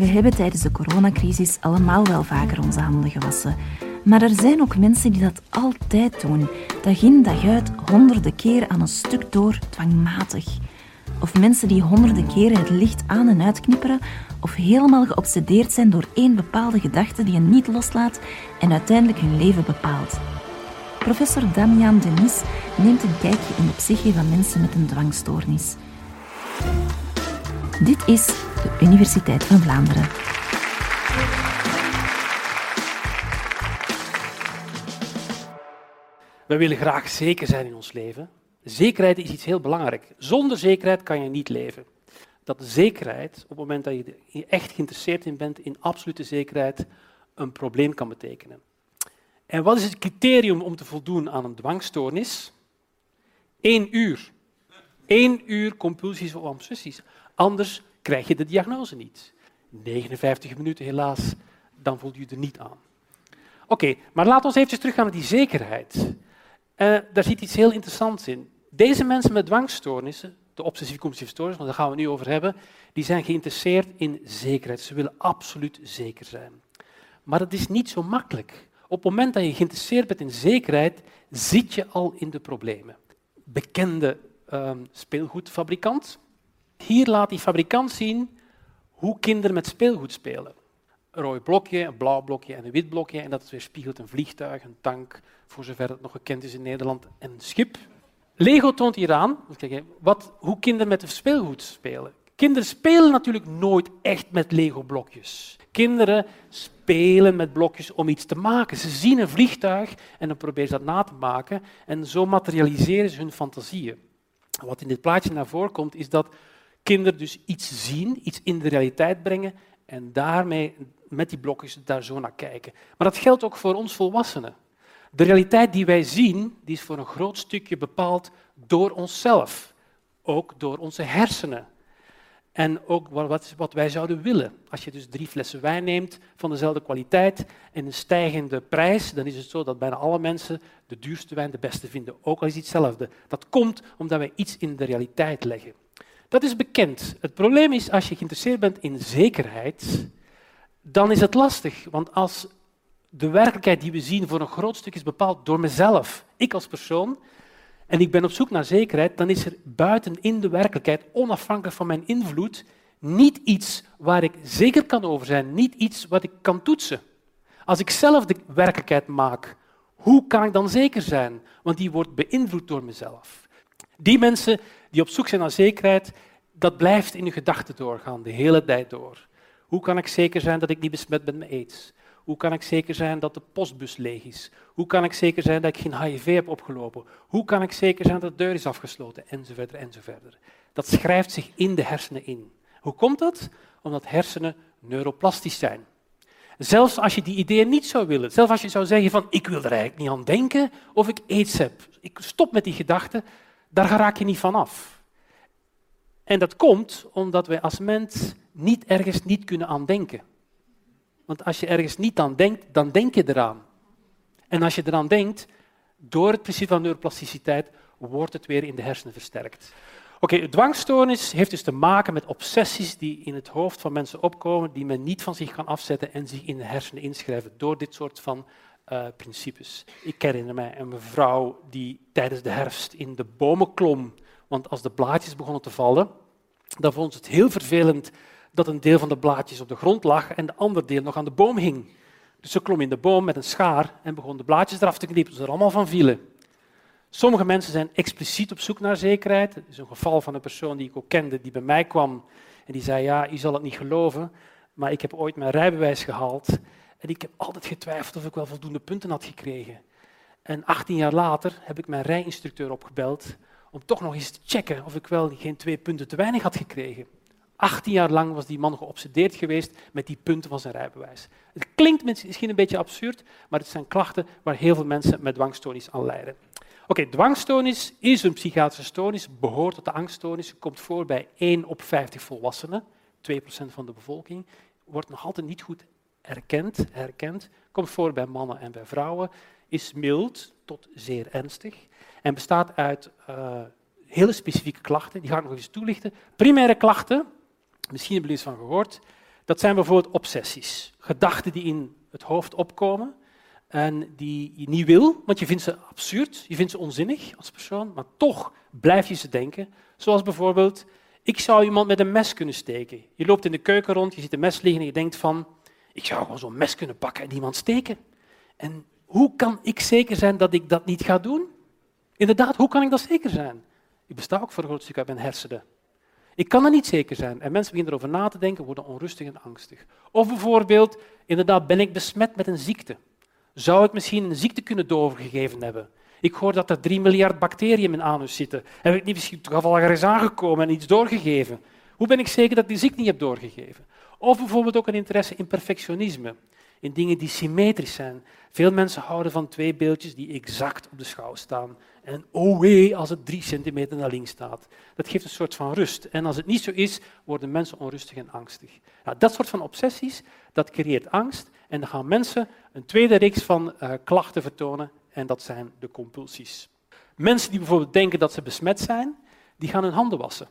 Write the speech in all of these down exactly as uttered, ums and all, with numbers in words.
We hebben tijdens de coronacrisis allemaal wel vaker onze handen gewassen. Maar er zijn ook mensen die dat altijd doen. Dag in, dag uit, honderden keer aan een stuk door, dwangmatig. Of mensen die honderden keren het licht aan en uitknipperen, of helemaal geobsedeerd zijn door één bepaalde gedachte die hen niet loslaat en uiteindelijk hun leven bepaalt. Professor Damian Denis neemt een kijkje in de psyche van mensen met een dwangstoornis. Dit is de Universiteit van Vlaanderen. We willen graag zeker zijn in ons leven. Zekerheid is iets heel belangrijks. Zonder zekerheid kan je niet leven. Dat de zekerheid, op het moment dat je er echt geïnteresseerd in bent, in absolute zekerheid, een probleem kan betekenen. En wat is het criterium om te voldoen aan een dwangstoornis? Eén uur. Eén uur compulsies of obsessies. Anders krijg je de diagnose niet. negenenvijftig minuten helaas, dan voel je je er niet aan. Oké, okay, maar laten we eventjes teruggaan naar die zekerheid. Uh, daar zit iets heel interessants in. Deze mensen met dwangstoornissen, de obsessief-compulsieve stoornis, want daar gaan we het nu over hebben, die zijn geïnteresseerd in zekerheid. Ze willen absoluut zeker zijn. Maar dat is niet zo makkelijk. Op het moment dat je geïnteresseerd bent in zekerheid, zit je al in de problemen. Bekende uh, speelgoedfabrikant. Hier laat die fabrikant zien hoe kinderen met speelgoed spelen. Een rood blokje, een blauw blokje en een wit blokje. En dat weerspiegelt een vliegtuig, een tank, voor zover het nog gekend is in Nederland, en een schip. Lego toont hier aan wat, hoe kinderen met speelgoed spelen. Kinderen spelen natuurlijk nooit echt met Lego-blokjes. Kinderen spelen met blokjes om iets te maken. Ze zien een vliegtuig en dan proberen ze dat na te maken. En zo materialiseren ze hun fantasieën. Wat in dit plaatje naar voren komt, is dat kinderen dus iets zien, iets in de realiteit brengen en daarmee met die blokjes daar zo naar kijken. Maar dat geldt ook voor ons volwassenen. De realiteit die wij zien, die is voor een groot stukje bepaald door onszelf. Ook door onze hersenen. En ook wat, wat wij zouden willen. Als je dus drie flessen wijn neemt van dezelfde kwaliteit en een stijgende prijs, dan is het zo dat bijna alle mensen de duurste wijn de beste vinden. Ook al is het hetzelfde. Dat komt omdat wij iets in de realiteit leggen. Dat is bekend. Het probleem is, als je geïnteresseerd bent in zekerheid, dan is het lastig. Want als de werkelijkheid die we zien voor een groot stuk is bepaald door mezelf, ik als persoon, en ik ben op zoek naar zekerheid, dan is er buiten in de werkelijkheid, onafhankelijk van mijn invloed, niet iets waar ik zeker kan over zijn, niet iets wat ik kan toetsen. Als ik zelf de werkelijkheid maak, hoe kan ik dan zeker zijn? Want die wordt beïnvloed door mezelf. Die mensen die op zoek zijn naar zekerheid, dat blijft in hun gedachten doorgaan, de hele tijd door. Hoe kan ik zeker zijn dat ik niet besmet ben met aids? Hoe kan ik zeker zijn dat de postbus leeg is? Hoe kan ik zeker zijn dat ik geen H I V heb opgelopen? Hoe kan ik zeker zijn dat de deur is afgesloten? Enzovoort, enzovoort. Dat schrijft zich in de hersenen in. Hoe komt dat? Omdat hersenen neuroplastisch zijn. Zelfs als je die ideeën niet zou willen, zelfs als je zou zeggen van ik wil er eigenlijk niet aan denken of ik aids heb, ik stop met die gedachten, daar raak je niet van af. En dat komt omdat wij als mens niet ergens niet kunnen aan denken. Want als je ergens niet aan denkt, dan denk je eraan. En als je eraan denkt, door het principe van neuroplasticiteit, wordt het weer in de hersenen versterkt. Oké, okay, dwangstoornis heeft dus te maken met obsessies die in het hoofd van mensen opkomen, die men niet van zich kan afzetten en zich in de hersenen inschrijven door dit soort van uh, principes. Ik herinner mij een mevrouw die tijdens de herfst in de bomen klom, want als de blaadjes begonnen te vallen, dan vond ze het heel vervelend dat een deel van de blaadjes op de grond lag en de andere deel nog aan de boom hing. Dus ze klom in de boom met een schaar en begon de blaadjes eraf te knippen, zodat ze er allemaal van vielen. Sommige mensen zijn expliciet op zoek naar zekerheid. Er is een geval van een persoon die ik ook kende, die bij mij kwam en die zei, ja, u zal het niet geloven, maar ik heb ooit mijn rijbewijs gehaald en ik heb altijd getwijfeld of ik wel voldoende punten had gekregen. En achttien jaar later heb ik mijn rijinstructeur opgebeld om toch nog eens te checken of ik wel geen twee punten te weinig had gekregen. achttien jaar lang was die man geobsedeerd geweest met die punten van zijn rijbewijs. Het klinkt misschien een beetje absurd, maar het zijn klachten waar heel veel mensen met dwangstoornis aan lijden. Oké, okay, dwangstoornis is een psychiatrische stoornis, behoort tot de angststoornis, komt voor bij één op vijftig volwassenen, twee procent van de bevolking, wordt nog altijd niet goed erkend, herkend, komt voor bij mannen en bij vrouwen, is mild tot zeer ernstig en bestaat uit uh, hele specifieke klachten, die ga ik nog eens toelichten. Primaire klachten, misschien hebben jullie eens van gehoord, Dat zijn bijvoorbeeld obsessies. Gedachten die in het hoofd opkomen en die je niet wil, want je vindt ze absurd, je vindt ze onzinnig als persoon, maar toch blijf je ze denken. Zoals bijvoorbeeld, ik zou iemand met een mes kunnen steken. Je loopt in de keuken rond, je ziet een mes liggen en je denkt van, ik zou gewoon zo'n mes kunnen pakken en iemand steken. En hoe kan ik zeker zijn dat ik dat niet ga doen? Inderdaad, hoe kan ik dat zeker zijn? Ik besta ook voor een groot stuk uit mijn hersenen. Ik kan er niet zeker zijn. En mensen beginnen erover na te denken, worden onrustig en angstig. Of bijvoorbeeld, inderdaad, ben ik besmet met een ziekte? Zou ik misschien een ziekte kunnen doorgegeven hebben? Ik hoor dat er drie miljard bacteriën in mijn anus zitten. Heb ik niet misschien toevallig eens aangekomen en iets doorgegeven? Hoe ben ik zeker dat ik die ziekte niet heb doorgegeven? Of bijvoorbeeld ook een interesse in perfectionisme. In dingen die symmetrisch zijn. Veel mensen houden van twee beeldjes die exact op de schouw staan. En oh wee, als het drie centimeter naar links staat. Dat geeft een soort van rust. En als het niet zo is, worden mensen onrustig en angstig. Nou, dat soort van obsessies, dat creëert angst. En dan gaan mensen een tweede reeks van uh, klachten vertonen. En dat zijn de compulsies. Mensen die bijvoorbeeld denken dat ze besmet zijn, die gaan hun handen wassen.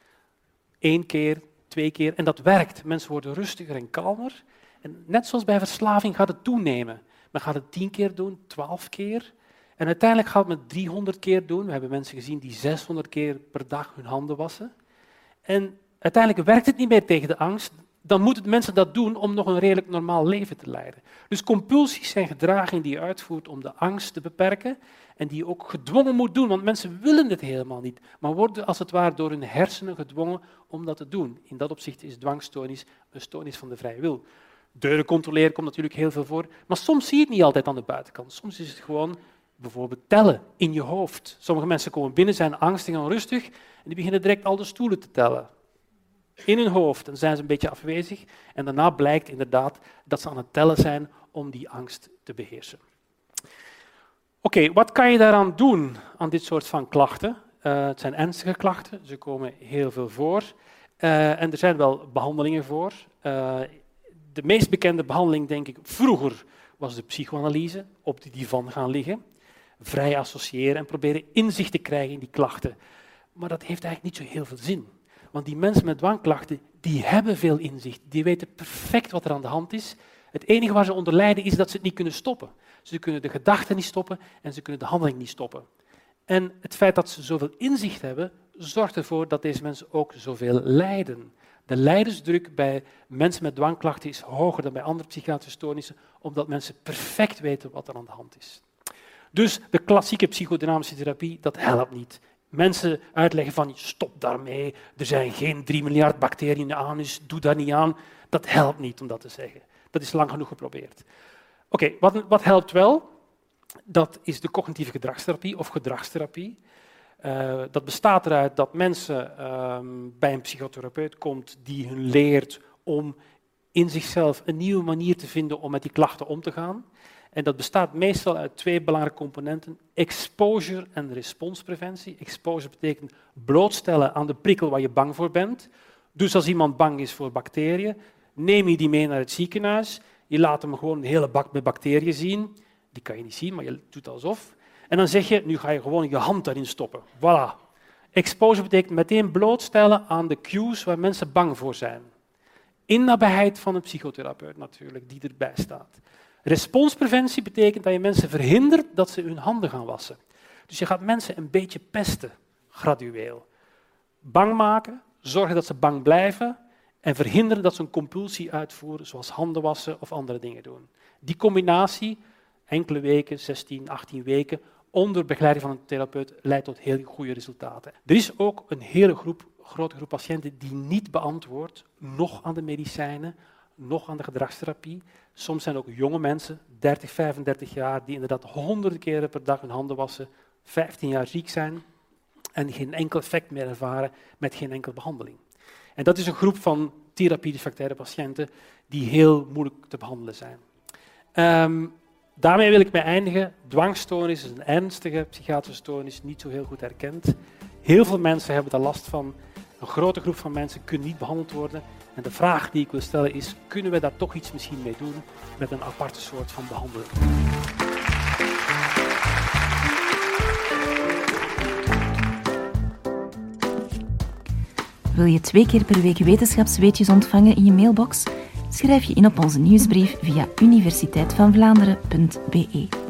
Eén keer, twee keer. En dat werkt. Mensen worden rustiger en kalmer. En net zoals bij verslaving gaat het toenemen. Men gaat het tien keer doen, twaalf keer. En uiteindelijk gaat het met driehonderd keer doen. We hebben mensen gezien die zeshonderd keer per dag hun handen wassen. En uiteindelijk werkt het niet meer tegen de angst. Dan moeten mensen dat doen om nog een redelijk normaal leven te leiden. Dus compulsies zijn gedragingen die je uitvoert om de angst te beperken. En die je ook gedwongen moet doen, want mensen willen het helemaal niet. Maar worden als het ware door hun hersenen gedwongen om dat te doen. In dat opzicht is dwangstoornis een stoornis van de vrije wil. Deuren controleren komt natuurlijk heel veel voor, maar soms zie je het niet altijd aan de buitenkant. Soms is het gewoon bijvoorbeeld tellen in je hoofd. Sommige mensen komen binnen, zijn angstig en onrustig en die beginnen direct al de stoelen te tellen. In hun hoofd, dan zijn ze een beetje afwezig en daarna blijkt inderdaad dat ze aan het tellen zijn om die angst te beheersen. Oké, okay, wat kan je daaraan doen aan dit soort van klachten? Uh, het zijn ernstige klachten, ze komen heel veel voor uh, en er zijn wel behandelingen voor. Uh, De meest bekende behandeling, denk ik, vroeger was de psychoanalyse, op de divan gaan liggen, vrij associëren en proberen inzicht te krijgen in die klachten. Maar dat heeft eigenlijk niet zo heel veel zin. Want die mensen met dwangklachten, die hebben veel inzicht, die weten perfect wat er aan de hand is. Het enige waar ze onder lijden is dat ze het niet kunnen stoppen. Ze kunnen de gedachten niet stoppen en ze kunnen de handeling niet stoppen. En het feit dat ze zoveel inzicht hebben, zorgt ervoor dat deze mensen ook zoveel lijden. De lijdensdruk bij mensen met dwangklachten is hoger dan bij andere psychiatrische stoornissen, omdat mensen perfect weten wat er aan de hand is. Dus de klassieke psychodynamische therapie, dat helpt niet. Mensen uitleggen van, stop daarmee, er zijn geen drie miljard bacteriën in de anus, doe daar niet aan. Dat helpt niet om dat te zeggen. Dat is lang genoeg geprobeerd. Oké, okay, wat, wat helpt wel? Dat is de cognitieve gedragstherapie of gedragstherapie. Uh, dat bestaat eruit dat mensen uh, bij een psychotherapeut komt die hun leert om in zichzelf een nieuwe manier te vinden om met die klachten om te gaan. En dat bestaat meestal uit twee belangrijke componenten, exposure en responspreventie. Exposure betekent blootstellen aan de prikkel waar je bang voor bent. Dus als iemand bang is voor bacteriën, neem je die mee naar het ziekenhuis. Je laat hem gewoon een hele bak met bacteriën zien. Die kan je niet zien, maar je doet alsof. En dan zeg je, nu ga je gewoon je hand daarin stoppen. Voilà. Exposure betekent meteen blootstellen aan de cues waar mensen bang voor zijn. In nabijheid van een psychotherapeut natuurlijk, die erbij staat. Responspreventie betekent dat je mensen verhindert dat ze hun handen gaan wassen. Dus je gaat mensen een beetje pesten, gradueel. Bang maken, zorgen dat ze bang blijven en verhinderen dat ze een compulsie uitvoeren, zoals handen wassen of andere dingen doen. Die combinatie, enkele weken, zestien, achttien weken, onder begeleiding van een therapeut, leidt tot heel goede resultaten. Er is ook een hele groep, grote groep patiënten die niet beantwoordt, nog aan de medicijnen, nog aan de gedragstherapie. Soms zijn ook jonge mensen, dertig, vijfendertig jaar, die inderdaad honderden keren per dag hun handen wassen, vijftien jaar ziek zijn en geen enkel effect meer ervaren met geen enkele behandeling. En dat is een groep van therapie-refractaire patiënten die heel moeilijk te behandelen zijn. Um, daarmee wil ik mij eindigen. Dwangstoornis is een ernstige psychiatrische stoornis, niet zo heel goed erkend. Heel veel mensen hebben daar last van. Een grote groep van mensen kunnen niet behandeld worden. En de vraag die ik wil stellen is, kunnen we daar toch iets misschien mee doen met een aparte soort van behandeling? Wil je twee keer per week wetenschapsweetjes ontvangen in je mailbox? Schrijf je in op onze nieuwsbrief via universiteit van Vlaanderen punt be.